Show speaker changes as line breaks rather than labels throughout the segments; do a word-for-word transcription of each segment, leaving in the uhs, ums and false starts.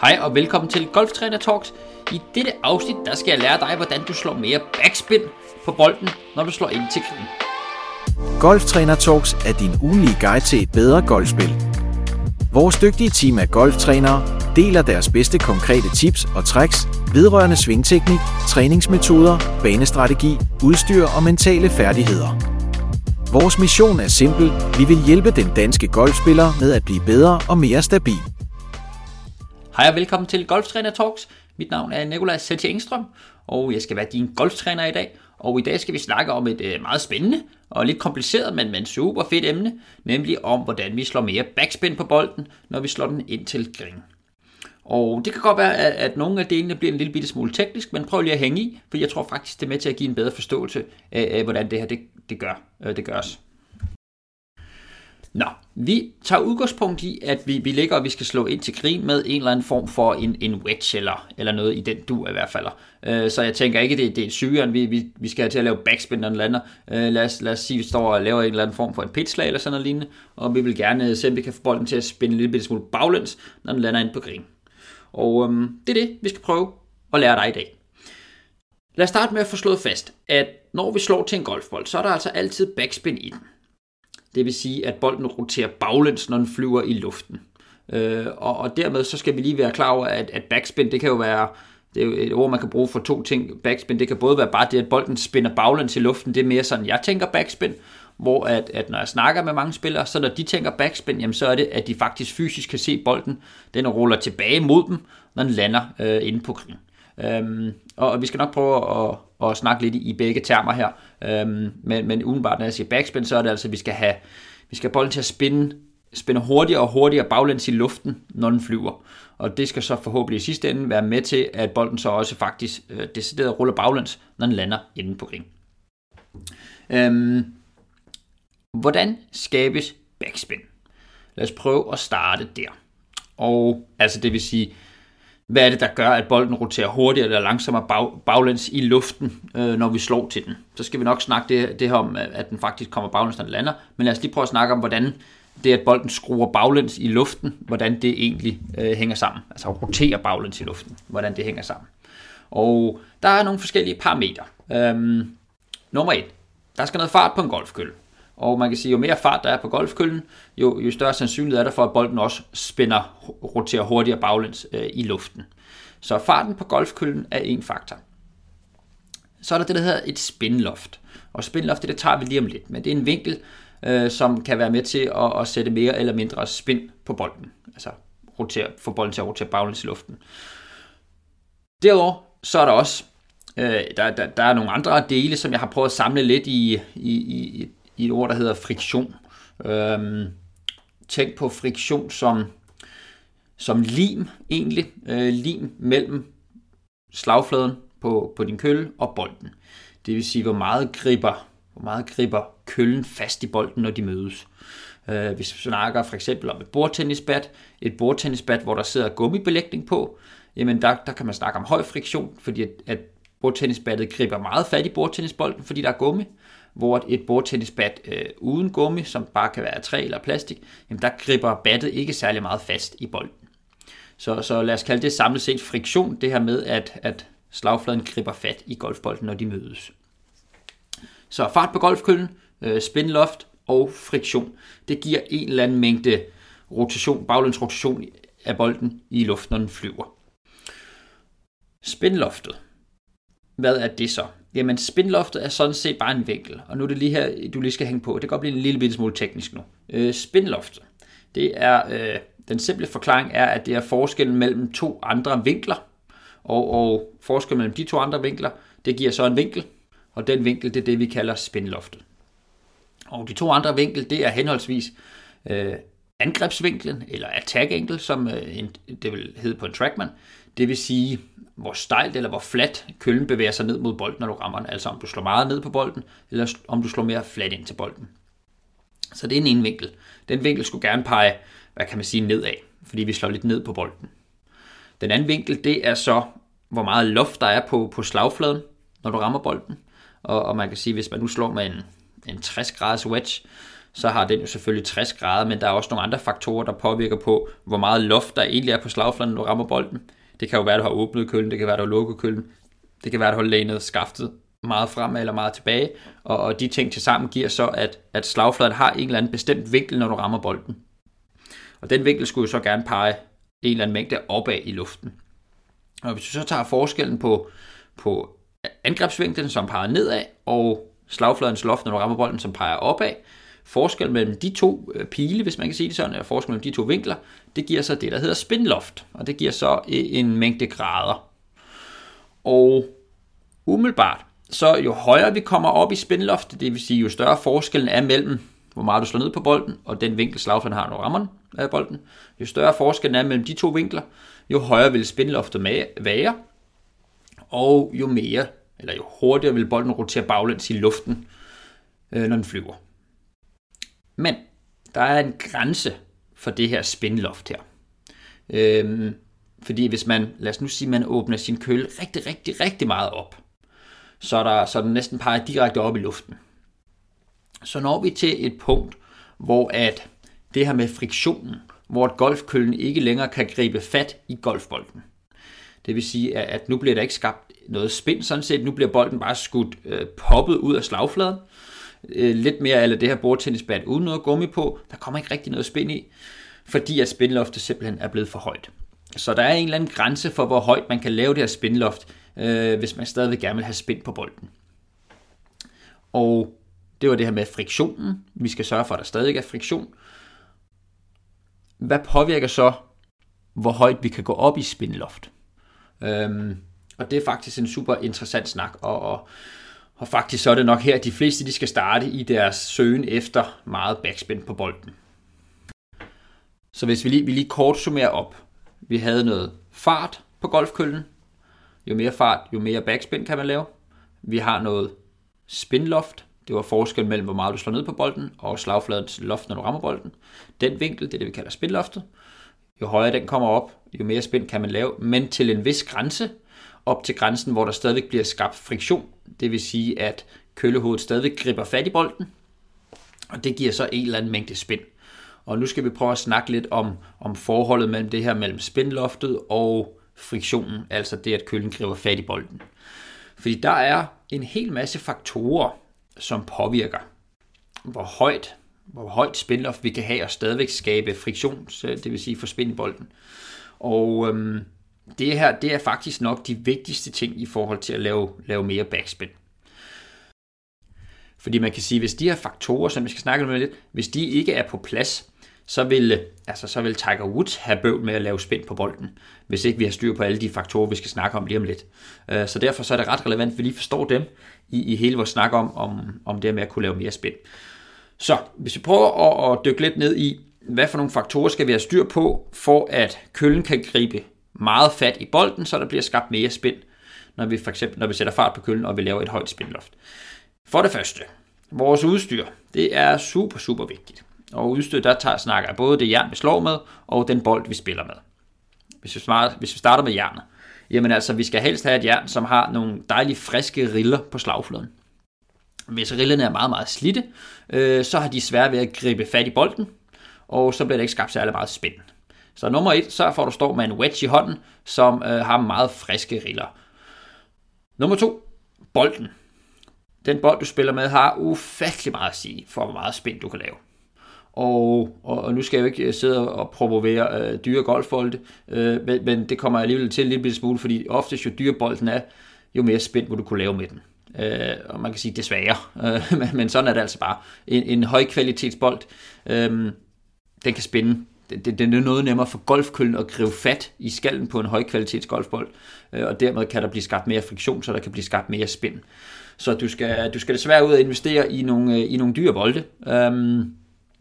Hej og velkommen til Golftræner Talks. I dette afsnit der skal jeg lære dig, hvordan du slår mere backspin på bolden, når du slår ind til green.
Golftræner Talks er din ugenlige guide til et bedre golfspil. Vores dygtige team af golftrænere deler deres bedste konkrete tips og tricks vedrørende svingteknik, træningsmetoder, banestrategi, udstyr og mentale færdigheder. Vores mission er simpel. Vi vil hjælpe den danske golfspiller med at blive bedre og mere stabil.
Hej og velkommen til Golftræner Talks. Mit navn er Nikolaj Setje Engstrøm, og jeg skal være din golftræner i dag. Og i dag skal vi snakke om et øh, meget spændende og lidt kompliceret, men, men super fedt emne, nemlig om hvordan vi slår mere backspin på bolden, når vi slår den ind til green. Og det kan godt være, at, at nogle af delene bliver en lille bitte smule teknisk, men prøv lige at hænge i, for jeg tror faktisk, det er med til at give en bedre forståelse af, af hvordan det her det, det, gør, øh, det gøres. Nå, vi tager udgangspunkt i, at vi, vi ligger og vi skal slå ind til green med en eller anden form for en, en wedge eller, eller noget i den dur i hvert fald. Øh, så jeg tænker ikke, det, det er syren, vi, vi, vi skal have til at lave backspin, når den lander. Øh, lad, os, lad os sige, at vi står og laver en eller anden form for en pitchslag eller sådan noget lignende, og vi vil gerne se, om vi kan få bolden til at spinde en lille bitte smule baglæns, når den lander ind på green. Og øhm, det er det, vi skal prøve at lære dig i dag. Lad os starte med at få slået fast, at når vi slår til en golfbold, så er der altså altid backspin i den. Det vil sige, at bolden roterer baglæns, når den flyver i luften. Øh, og, og dermed så skal vi lige være klar over, at, at backspin, det kan jo være, det er jo et ord, man kan bruge for to ting. Backspin, det kan både være bare det, at bolden spinner baglæns i luften. Det er mere sådan, jeg tænker backspin. Hvor at, at når jeg snakker med mange spillere, så når de tænker backspin, jamen så er det, at de faktisk fysisk kan se bolden, den ruller tilbage mod dem, når den lander øh, inde på green. Øhm, og, og vi skal nok prøve at, at snakke lidt i, i begge termer her, øhm, men, men umiddelbart når jeg siger backspin, så er det altså, at vi skal have, vi skal have bolden til at spinde, spinde hurtigere og hurtigere baglæns i luften, når den flyver. Og det skal så forhåbentlig i sidste ende være med til, at bolden så også faktisk øh, decideret ruller baglæns, når den lander inde på green. Øhm, Hvordan skabes backspin? Lad os prøve at starte der. Og altså det vil sige, hvad er det, der gør, at bolden roterer hurtigere eller langsommere bag, baglæns i luften, øh, når vi slår til den? Så skal vi nok snakke det, det her om, at den faktisk kommer baglæns, når den lander. Men lad os lige prøve at snakke om, hvordan det, at bolden skruer baglæns i luften, hvordan det egentlig øh, hænger sammen. Altså roterer baglæns i luften, hvordan det hænger sammen. Og der er nogle forskellige parametre. Øhm, nummer et. Der skal noget fart på en golfkølle. Og man kan sige, jo mere fart der er på golfkøllen, jo, jo større sandsynlighed er der for, at bolden også spinner, roterer hurtigere baglæns øh, i luften. Så farten på golfkøllen er en faktor. Så er der det, der hedder et spinloft. Og spinloft, det, det tager vi lige om lidt. Men det er en vinkel, øh, som kan være med til at, at sætte mere eller mindre spin på bolden. Altså rotere, få bolden til at rotere baglæns i luften. Derudover så er der også øh, der, der, der er nogle andre dele, som jeg har prøvet at samle lidt i, i, i i et ord, der hedder friktion. Øhm, tænk på friktion som, som lim, egentlig. Øh, lim mellem slagfladen på, på din kølle og bolden. Det vil sige, hvor meget griber, hvor meget griber køllen fast i bolden, når de mødes. Øh, hvis vi snakker for eksempel om et bordtennisbat, et bordtennisbat, hvor der sidder gummibelægning på, jamen der, der kan man snakke om høj friktion, fordi at, at bordtennisbattet griber meget fat i bordtennisbolden, fordi der er gummi. Hvor et bordtennisbat øh, uden gummi, som bare kan være træ eller plastik, jamen der griber battet ikke særlig meget fast i bolden. Så, så lad os kalde det samlet set friktion, det her med, at, at slagfladen griber fat i golfbolden, når de mødes. Så fart på golfkøllen, øh, spinloft og friktion, det giver en eller anden mængde rotation, baglæns rotation af bolden i luften, når den flyver. Spinloftet. Hvad er det så? Jamen, spinloftet er sådan set bare en vinkel, og nu er det lige her, du lige skal hænge på. Det kan godt blive en lille bitte smule teknisk nu. Øh, spinloftet, det er, øh, den simple forklaring er, at det er forskellen mellem to andre vinkler, og, og forskellen mellem de to andre vinkler, det giver så en vinkel, og den vinkel, det er det, vi kalder spinloftet. Og de to andre vinkler, det er henholdsvis øh, angrebsvinklen, eller attack angle, som øh, en, det vil hedde på en trackman. Det vil sige, hvor stejlt eller hvor fladt køllen bevæger sig ned mod bolden, når du rammer den. Altså om du slår meget ned på bolden, eller om du slår mere fladt ind til bolden. Så det er en ene vinkel. Den vinkel skulle gerne pege, hvad kan man sige, nedad, fordi vi slår lidt ned på bolden. Den anden vinkel, det er så, hvor meget loft der er på, på slagfladen, når du rammer bolden. Og, og man kan sige, hvis man nu slår med en, en tres graders wedge, så har den jo selvfølgelig tres grader, men der er også nogle andre faktorer, der påvirker på, hvor meget loft der egentlig er på slagfladen, når du rammer bolden. Det kan jo være, at du har åbnet køllen, det kan være, at du har lukket køllen, det kan være, at du har lænet skaftet meget frem eller meget tilbage, og, og de ting til sammen giver så, at, at slagfladen har en eller anden bestemt vinkel, når du rammer bolden. Og den vinkel skulle jo så gerne pege en eller anden mængde opad i luften. Og hvis du så tager forskellen på, på angrebsvinklen, som peger nedad, og slagfladens loft, når du rammer bolden, som peger opad, forskellen mellem de to pile, hvis man kan sige det sådan, eller forskellen mellem de to vinkler, det giver så det, der hedder spinloft, og det giver så en mængde grader. Og umiddelbart, så jo højere vi kommer op i spinloftet, det vil sige, jo større forskellen er mellem, hvor meget du slår ned på bolden, og den vinkel slagfladen har, når du rammer af bolden, jo større forskellen er mellem de to vinkler, jo højere vil spinloftet være, og jo mere, eller jo hurtigere vil bolden rotere baglæns i luften, øh, når den flyver. Men der er en grænse for det her spinloft her. Øhm, fordi hvis man, lad os nu sige, man åbner sin køle rigtig, rigtig, rigtig meget op, så er, der, så er den næsten peger direkte op i luften. Så når vi til et punkt, hvor at det her med friktionen, hvor at golfkøllen ikke længere kan gribe fat i golfbolden. Det vil sige, at nu bliver der ikke skabt noget spin, sådan set. Nu bliver bolden bare skudt øh, poppet ud af slagfladen. Øh, lidt mere eller det her bordtennisbat uden noget gummi på. Der kommer ikke rigtig noget spin i, fordi at spinloftet simpelthen er blevet for højt. Så der er en eller anden grænse for, hvor højt man kan lave det her spinloft, øh, hvis man stadigvæk gerne vil have spin på bolden. Og det var det her med friktionen. Vi skal sørge for, at der stadig er friktion. Hvad påvirker så, hvor højt vi kan gå op i spinloft? Øhm, og det er faktisk en super interessant snak, og, og, og faktisk så er det nok her, at de fleste de skal starte i deres søgen efter meget backspin på bolden. Så hvis vi lige, vi lige kort summerer op. Vi havde noget fart på golfkøllen. Jo mere fart, jo mere backspin kan man lave. Vi har noget spinloft. Det var forskellen mellem, hvor meget du slår ned på bolden, og slagfladens loft, når du rammer bolden. Den vinkel, det er det, vi kalder spinloftet. Jo højere den kommer op, jo mere spin kan man lave, men til en vis grænse, op til grænsen, hvor der stadig bliver skabt friktion. Det vil sige, at kølehovedet stadig griber fat i bolden, og det giver så en eller anden mængde spin. Og nu skal vi prøve at snakke lidt om, om forholdet mellem det her mellem spinloftet og friktionen, altså det, at kølen griber fat i bolden. Fordi der er en hel masse faktorer, som påvirker, hvor højt, hvor højt spinloft vi kan have og stadigvæk skabe friktion, det vil sige få spin i bolden. Og øhm, det her, det er faktisk nok de vigtigste ting i forhold til at lave, lave mere backspin. Fordi man kan sige, hvis de her faktorer, som vi skal snakke om lidt, hvis de ikke er på plads, så vil, altså, så vil Tiger Woods have bøvl med at lave spin på bolden, hvis ikke vi har styr på alle de faktorer, vi skal snakke om lige om lidt. Så derfor så er det ret relevant, at vi lige forstår dem i, i hele vores snak om, om, om det med at kunne lave mere spin. Så hvis vi prøver at, at dykke lidt ned i, hvad for nogle faktorer skal vi have styr på, for at køllen kan gribe meget fat i bolden, så der bliver skabt mere spin, når vi for eksempel når vi sætter fart på køllen, og vi laver et højt spinloft. For det første, vores udstyr, det er super, super vigtigt. Og udstyr, der tager, snakker jeg både det jern, vi slår med, og den bold, vi spiller med. Hvis vi, starter, hvis vi starter med jernet, jamen altså, vi skal helst have et jern, som har nogle dejlige, friske riller på slagfladen. Hvis rillerne er meget, meget slidte, øh, så har de svært ved at gribe fat i bolden, og så bliver det ikke skabt særlig meget spin. Så nummer et, sørg for, at du står med en wedge i hånden, som øh, har meget friske riller. Nummer to, bolden. Den bold, du spiller med, har ufattelig meget at sige for, hvor meget spin du kan lave. Og, og, og nu skal jeg jo ikke sidde og provokere øh, dyre golfbolde, øh, men, men det kommer alligevel til en lille smule, fordi oftest jo dyre bolden er, jo mere spin vil du kunne lave med den. Øh, og man kan sige desværre, øh, men, men sådan er det altså bare. En, en højkvalitetsbold, øh, den kan spinde. Det, det, det er noget nemmere for golfkøllen at gribe fat i skallen på en højkvalitets golfbold, øh, og dermed kan der blive skabt mere friktion, så der kan blive skabt mere spin. Så du skal, du skal desværre ud og investere i nogle, i nogle dyre bolde. Um,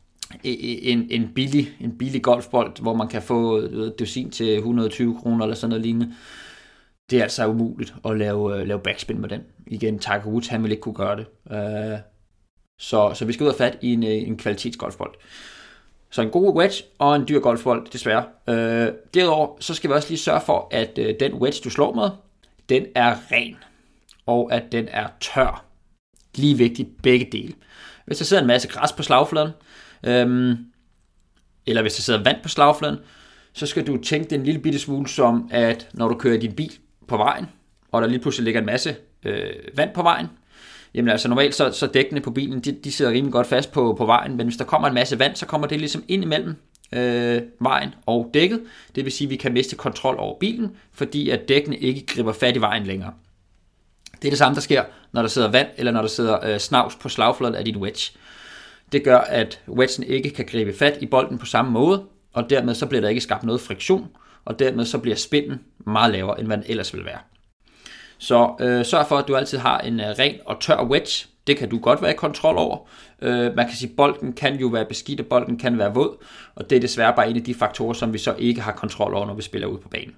en, en, billig, en billig golfbold, hvor man kan få et dusin til et hundrede og tyve kroner eller sådan noget lignende. Det er altså umuligt at lave, lave backspin med den. Igen, Tiger Woods, han vil ikke kunne gøre det. Uh, så, så vi skal ud og fat i en, en kvalitetsgolfbold. Så en god wedge og en dyr golfbold, desværre. Uh, derudover så skal vi også lige sørge for, at uh, den wedge, du slår med, den er ren. Og at den er tør. Lige vigtigt, begge dele. Hvis der sidder en masse græs på slagfladen, øhm, eller hvis der sidder vand på slagfladen, så skal du tænke det en lille bitte smule som, at når du kører din bil på vejen, og der lige pludselig ligger en masse øh, vand på vejen, jamen altså normalt så, så dækkene på bilen, de, de sidder rimelig godt fast på, på vejen, men hvis der kommer en masse vand, så kommer det ligesom ind imellem øh, vejen og dækket. Det vil sige, at vi kan miste kontrol over bilen, fordi at dækkene ikke griber fat i vejen længere. Det er det samme, der sker, når der sidder vand, eller når der sidder øh, snavs på slagfladen af dit wedge. Det gør, at wedgen ikke kan gribe fat i bolden på samme måde, og dermed så bliver der ikke skabt noget friktion, og dermed så bliver spinden meget lavere, end hvad den ellers vil være. Så øh, sørg for, at du altid har en øh, ren og tør wedge. Det kan du godt være i kontrol over. Øh, man kan sige, at bolden kan jo være beskidt, og bolden kan være våd, og det er desværre bare en af de faktorer, som vi så ikke har kontrol over, når vi spiller ud på banen.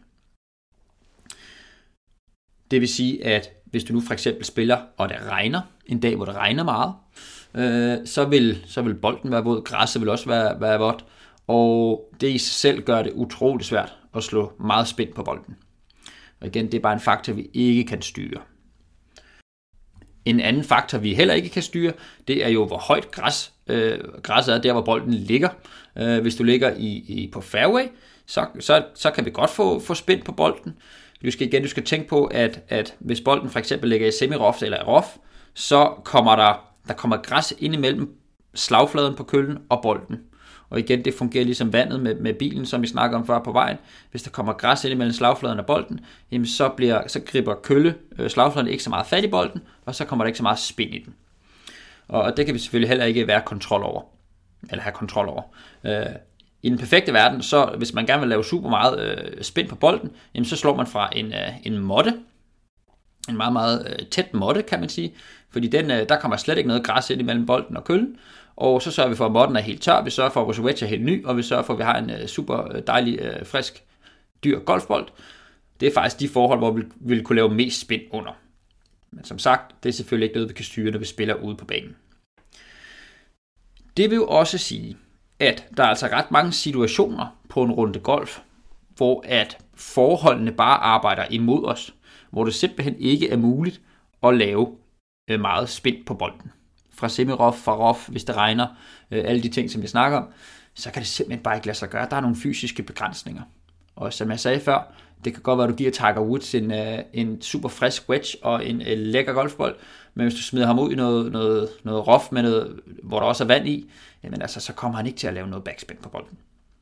Det vil sige, at hvis du nu for eksempel spiller, og det regner, en dag, hvor det regner meget, øh, så, vil, så vil bolden være våd, græsset vil også være, være vådt, og det i sig selv gør det utroligt svært at slå meget spænd på bolden. Og igen, det er bare en faktor, vi ikke kan styre. En anden faktor, vi heller ikke kan styre, det er jo, hvor højt græs, øh, græsset er der, hvor bolden ligger. Øh, hvis du ligger i, i, på fairway, så, så, så kan vi godt få, få spænd på bolden. Du skal igen, du skal tænke på, at, at hvis bolden for eksempel ligger i semi-rough eller i rough, så kommer der, der kommer græs ind imellem slagfladen på køllen og bolden. Og igen, det fungerer ligesom vandet med, med bilen, som vi snakker om før på vejen. Hvis der kommer græs ind imellem slagfladen og bolden, jamen så, bliver, så griber kølle øh, slagfladen ikke så meget fat i bolden, og så kommer der ikke så meget spind i den. Og det kan vi selvfølgelig heller ikke være kontrol over, eller have kontrol over. Øh, I den perfekte verden, så hvis man gerne vil lave super meget øh, spind på bolden, jamen så slår man fra en, øh, en måtte, en meget, meget øh, tæt måtte, kan man sige, fordi den, øh, der kommer slet ikke noget græs ind imellem bolden og køllen. Og så sørger vi for, at måtten er helt tør, vi sørger for, at vores wedge er helt ny, og vi sørger for, at vi har en super dejlig, frisk, dyr golfbold. Det er faktisk de forhold, hvor vi vil kunne lave mest spin under. Men som sagt, det er selvfølgelig ikke noget, vi kan styre, når vi spiller ude på banen. Det vil jo også sige, at der er altså ret mange situationer på en runde golf, hvor at forholdene bare arbejder imod os, hvor det simpelthen ikke er muligt at lave meget spin på bolden. Fra semi-rough, fra rough, hvis det regner, øh, alle de ting, som vi snakker om, så kan det simpelthen bare ikke lade sig gøre. Der er nogle fysiske begrænsninger. Og som jeg sagde før, det kan godt være, at du giver Tiger Woods en, øh, en super frisk wedge og en øh, lækker golfbold, men hvis du smider ham ud i noget, noget, noget rough, med noget, hvor der også er vand i, jamen altså, så kommer han ikke til at lave noget backspin på bolden.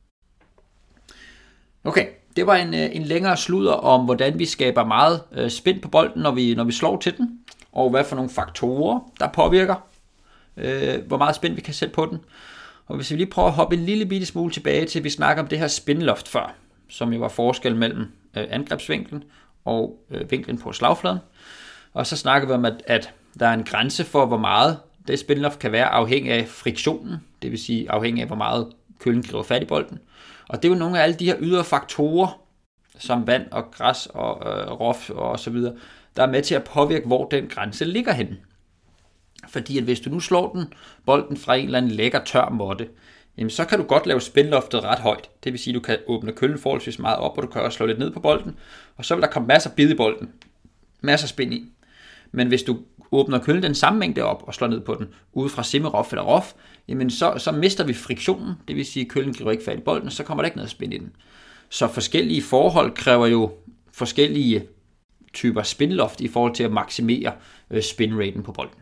Okay, det var en, øh, en længere sludder om, hvordan vi skaber meget øh, spin på bolden, når vi, når vi slår til den, og hvad for nogle faktorer, der påvirker, Øh, hvor meget spin vi kan sætte på den. Og hvis vi lige prøver at hoppe en lille bitte smule tilbage til, at vi snakker om det her spinloft før, som jo var forskel mellem øh, angrebsvinklen og øh, vinklen på slagfladen. Og så snakker vi om, at, at der er en grænse for, hvor meget det spinloft kan være afhængig af friktionen, det vil sige afhængig af, hvor meget køllen griber fat i bolden. Og det er jo nogle af alle de her ydre faktorer, som vand og græs og øh, rough og så videre, der er med til at påvirke, hvor den grænse ligger henne. Fordi at hvis du nu slår den bolden fra en eller anden lækker tør måtte, jamen så kan du godt lave spinloftet ret højt. Det vil sige, at du kan åbne køllen forholdsvis meget op, og du kan også slå lidt ned på bolden, og så vil der komme masser af bid i bolden. Masser af spin i. Men hvis du åbner køllen den samme mængde op og slår ned på den, ude fra semi-rough eller rough, jamen så, så mister vi friktionen. Det vil sige, at køllen griber ikke fat i bolden, og så kommer der ikke noget spin i den. Så forskellige forhold kræver jo forskellige typer spinloft i forhold til at maksimere spinraten på bolden.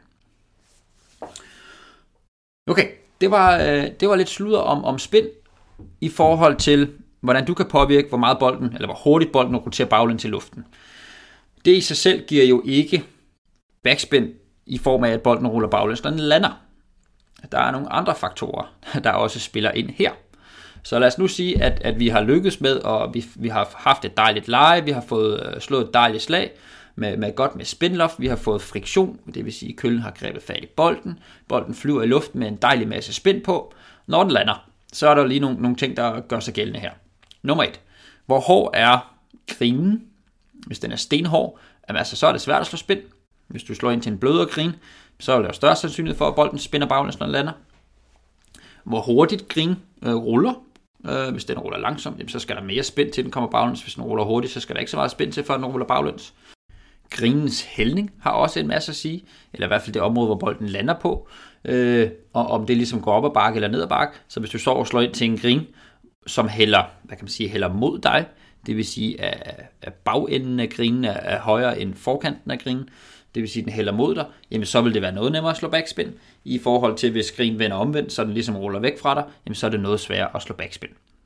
Okay, det var, øh, det var lidt sludder om, om spin i forhold til, hvordan du kan påvirke, hvor meget bolden, eller hvor hurtigt bolden roterer baglæns til luften. Det i sig selv giver jo ikke backspin i form af, at bolden ruller baglæns, når den lander. Der er nogle andre faktorer, der også spiller ind her. Så lad os nu sige, at, at vi har lykkes med, og vi, vi har haft et dejligt leje, vi har fået øh, slået et dejligt slag, Med, med godt med spinloft, vi har fået friktion, det vil sige, at køllen har grebet fat i bolden, bolden flyver i luften med en dejlig masse spin på. Når den lander, så er der lige nogle, nogle ting, der gør sig gældende her. Nummer et, hvor hård er grinen? Hvis den er stenhård, altså, så er det svært at slå spin. Hvis du slår ind til en blødere grin, så er der større sandsynlighed for, at bolden spinner baglæns, når den lander. Hvor hurtigt grin øh, ruller. Øh, hvis den ruller langsomt, jamen, så skal der mere spin til, den kommer baglæns. Hvis den ruller hurtigt, så skal der ikke så meget spin til, før den ruller baglæns. Grinens hældning har også en masse at sige, eller i hvert fald det område, hvor bolden lander på. øh, og om det ligesom går op ad bakke eller ned ad bakke. Så hvis du står og slår ind til en green, som hælder, hvad kan man sige, hælder mod dig, det vil sige, at, at bagenden af grinen er, er højere end forkanten af grinen, det vil sige, at den hælder mod dig, jamen så vil det være noget nemmere at slå backspin. I forhold til, hvis grinen vender omvendt, så den ligesom ruller væk fra dig, jamen så er det noget sværere at slå backspin.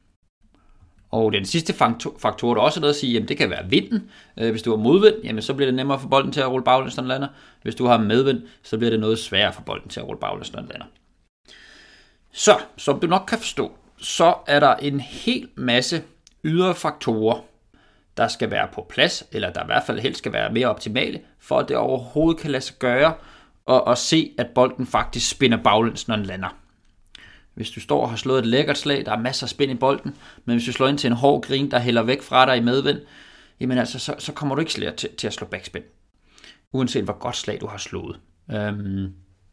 Og den sidste faktor, der også er noget at sige, jamen det kan være vinden. Hvis du har modvind, jamen så bliver det nemmere for bolden til at rulle baglæns, når den lander. Hvis du har medvind, så bliver det noget sværere for bolden til at rulle baglæns, når den lander. Så, som du nok kan forstå, så er der en hel masse ydre faktorer, der skal være på plads, eller der i hvert fald helst skal være mere optimale, for at det overhovedet kan lade sig gøre, og, og se, at bolden faktisk spinner baglæns, når den lander. Hvis du står og har slået et lækkert slag, der er masser af spin i bolden, men hvis du slår ind til en hård green, der hælder væk fra dig i medvind, jamen altså, så, så kommer du ikke slet til, til at slå backspin. Uanset hvor godt slag du har slået. Øhm.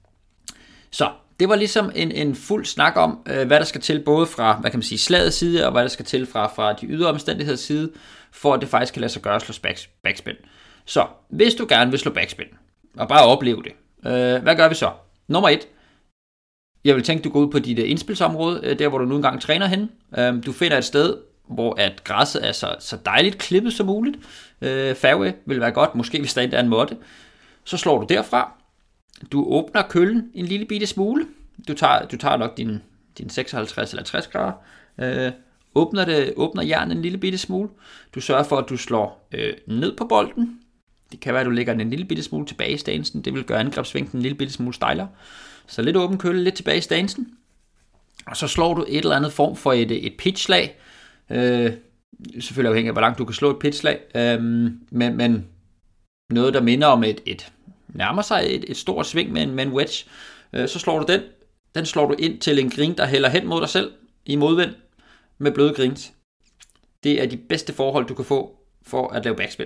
Så det var ligesom en, en fuld snak om, øh, hvad der skal til, både fra, hvad kan man sige, slagets side, og hvad der skal til fra, fra de ydre omstændigheders side, for at det faktisk kan lade sig gøre at slå backspin. Så hvis du gerne vil slå backspin, og bare opleve det, øh, hvad gør vi så? Nummer et. Jeg vil tænke, du går ud på dit indspilsområde, der hvor du nu engang træner henne. Du finder et sted, hvor at græsset er så, så dejligt klippet som muligt. Fairway vil være godt, måske hvis der er en måtte. Så slår du derfra. Du åbner køllen en lille bitte smule. Du tager, du tager nok din, din seksoghalvtreds eller tres grader. Åbner, det, åbner jernet en lille bitte smule. Du sørger for, at du slår øh, ned på bolden. Det kan være, at du lægger den en lille bitte smule tilbage i stansen. Det vil gøre angrebsvinklen en lille bitte smule stejlere. Så lidt åben kølle, lidt tilbage i stansen. Og så slår du et eller andet form for et, et pitchslag. Øh, selvfølgelig afhængig af, hvor langt du kan slå et pitchslag. Øh, men, men noget, der minder om et, et nærmer sig et, et stort sving med en, med en wedge. Øh, så slår du den. Den slår du ind til en green, der hælder hen mod dig selv i modvind med bløde greens. Det er de bedste forhold, du kan få for at lave backspin.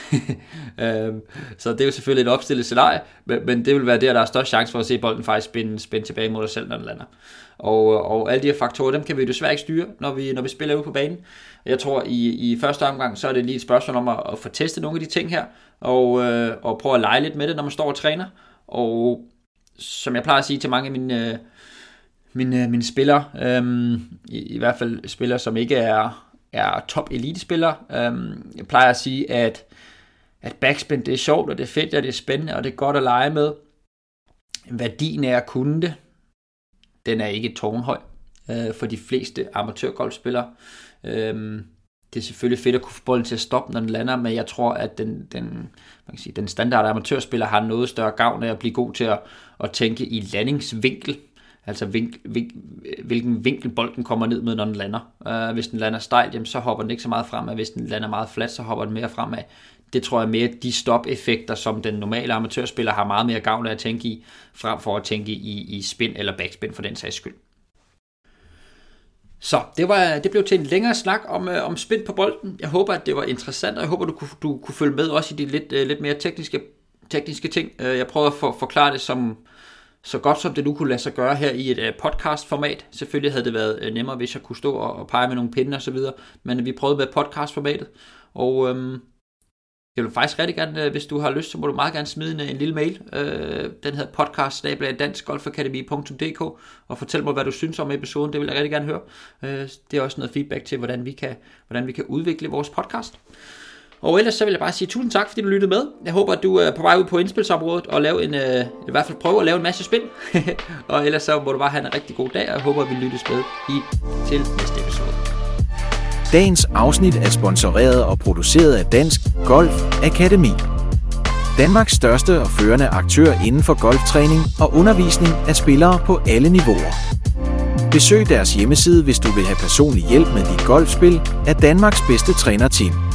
øhm, så det er jo selvfølgelig et opstillet scenarie, men, men det vil være der, der er størst chance for at se bolden faktisk spænde, spænde tilbage mod dig selv, når den lander. Og, og alle de her faktorer, dem kan vi desværre ikke styre, når vi, når vi spiller ude på banen. Jeg tror, i, i første omgang, så er det lige et spørgsmål om at, at få testet nogle af de ting her, og, øh, og prøve at lege lidt med det, når man står og træner. Og som jeg plejer at sige til mange af mine, øh, mine, mine spillere, øh, i, i hvert fald spillere, som ikke er er top elitespillere. Um, jeg plejer at sige, at, at backspin, det er sjovt, og det er fedt, og det er spændende, og det er godt at lege med. Værdien af at kunne det, den er ikke tårnhøj uh, for de fleste amatørgolfspillere. Um, det er selvfølgelig fedt at kunne få bolden til at stoppe, når den lander, men jeg tror, at den, den, man kan sige, den standard amatørspiller har noget større gavn af at blive god til at, at tænke i landingsvinkel. Altså vinkel, vink, hvilken vinkel bolden kommer ned med, når den lander. Uh, hvis den lander stejlt, jamen, så hopper den ikke så meget fremad. Hvis den lander meget fladt, så hopper den mere fremad. Det tror jeg mere de stop-effekter, som den normale amatørspiller har meget mere gavn af at tænke i, frem for at tænke i, i spin eller backspin for den sags skyld. Så det, var, det blev til en længere snak om, øh, om spin på bolden. Jeg håber, at det var interessant, og jeg håber, du kunne, du kunne følge med også i de lidt, øh, lidt mere tekniske, tekniske ting. Jeg prøvede at for, forklare det som så godt som det nu kunne lade sig gøre her i et uh, podcast-format. Selvfølgelig havde det været uh, nemmere, hvis jeg kunne stå og, og pege med nogle pinde og så videre, men vi prøvede med podcast-formatet, og um, jeg vil faktisk rigtig gerne, uh, hvis du har lyst, så må du meget gerne smide en, en lille mail. Uh, den hedder podcast bindestreg dansk golf akademi punktum d k, og fortæl mig, hvad du synes om episoden. Det vil jeg rigtig gerne høre. Uh, det er også noget feedback til, hvordan vi kan, hvordan vi kan udvikle vores podcast. Og ellers så vil jeg bare sige tusind tak, fordi du lyttede med. Jeg håber, at du er på vej ud på indspilsområdet og lave en, øh, i hvert fald prøve at lave en masse spin. Og ellers så må du bare have en rigtig god dag, og jeg håber, at vi lyttes med i til næste episode.
Dagens afsnit er sponsoreret og produceret af Dansk Golf Akademi. Danmarks største og førende aktør inden for golftræning og undervisning af spillere på alle niveauer. Besøg deres hjemmeside, hvis du vil have personlig hjælp med dit golfspil af Danmarks bedste trænerteam.